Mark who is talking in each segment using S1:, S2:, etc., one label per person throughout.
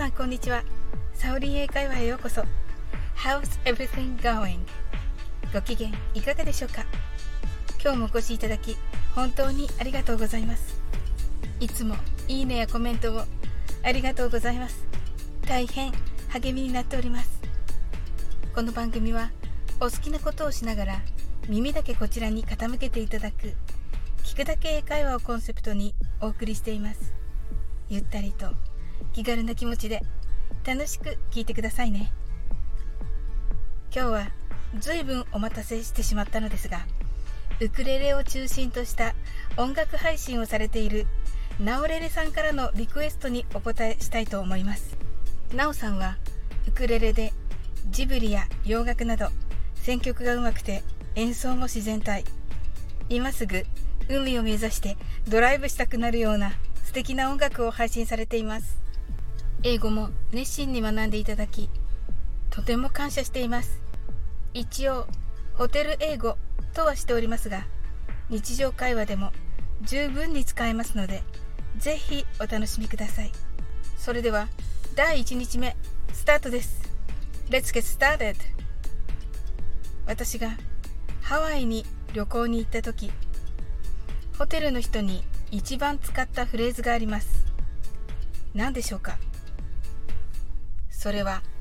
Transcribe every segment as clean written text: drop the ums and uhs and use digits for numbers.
S1: さんこんにちは。サオリン英会話へようこそ。 How's everything going? ご機嫌いかがでしょうか。今日もお越しいただき本当にありがとうございます。いつもいいねやコメントをありがとうございます。大変励みになっております。この番組はお好きなことをしながら耳だけこちらに傾けていただく聞くだけ英会話をコンセプトにお送りしています。ゆったりと気軽な気持ちで楽しく聞いてくださいね。今日はずいぶんお待たせしてしまったのですが、ウクレレを中心とした音楽配信をされているナオレレさんからのリクエストにお答えしたいと思います。ナオさんはウクレレでジブリや洋楽など選曲がうまくて演奏も自然体、今すぐ海を目指してドライブしたくなるような素敵な音楽を配信されています。英語も熱心に学んでいただきとても感謝しています。一応ホテル英語とはしておりますが、日常会話でも十分に使えますので、ぜひお楽しみください。それでは第1日目スタートです。 Let's get started。 私がハワイに旅行に行った時、ホテルの人に一番使ったフレーズがあります。何でしょうか。それは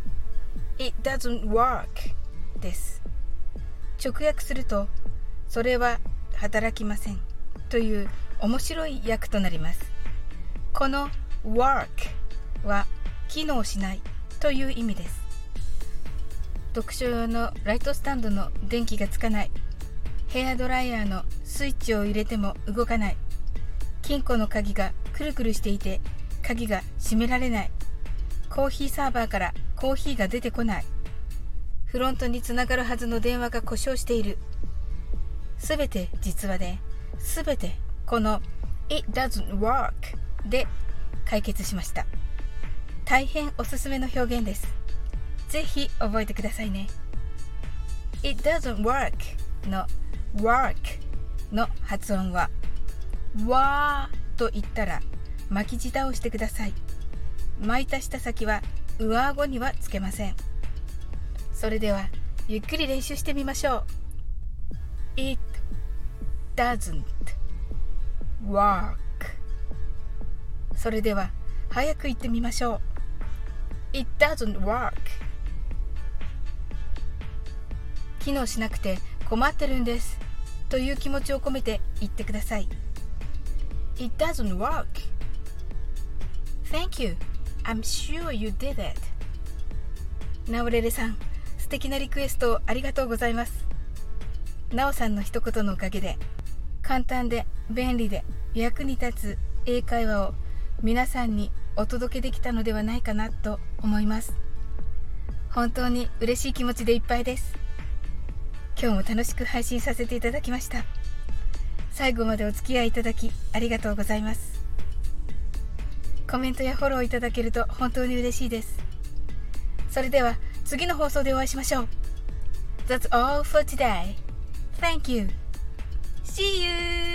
S1: It doesn't work です。直訳すると、それは働きませんという面白い訳となります。この work は機能しないという意味です。読書用のライトスタンドの電気がつかない、ヘアドライヤーのスイッチを入れても動かない、金庫の鍵がくるくるしていて鍵が閉められない、コーヒーサーバーからコーヒーが出てこない、フロントにつながるはずの電話が故障している。すべて実話で、すべてこの It doesn't work で解決しました。大変おすすめの表現です。ぜひ覚えてくださいね。 It doesn't work の work の発音はわーと言ったら巻き舌をしてください。巻いた舌先は上顎にはつけません。それではゆっくり練習してみましょう。 It doesn't work。 それでは早く言ってみましょう。 It doesn't work。 機能しなくて困ってるんですという気持ちを込めて言ってください。 It doesn't work. Thank you. I'm sure you did it. ナオレレさん、素敵なリクエストをありがとうございます。ナオさんの一言のおかげで、簡単で便利で役に立つ英会話を皆さんにお届けできたのではないかなと思います。本当に嬉しい気持ちでいっぱいです。今日も楽しく配信させていただきました。最後までお付き合いいただきありがとうございます。コメントやフォローいただけると本当に嬉しいです。それでは次の放送でお会いしましょう。 That's all for today. Thank you. See you.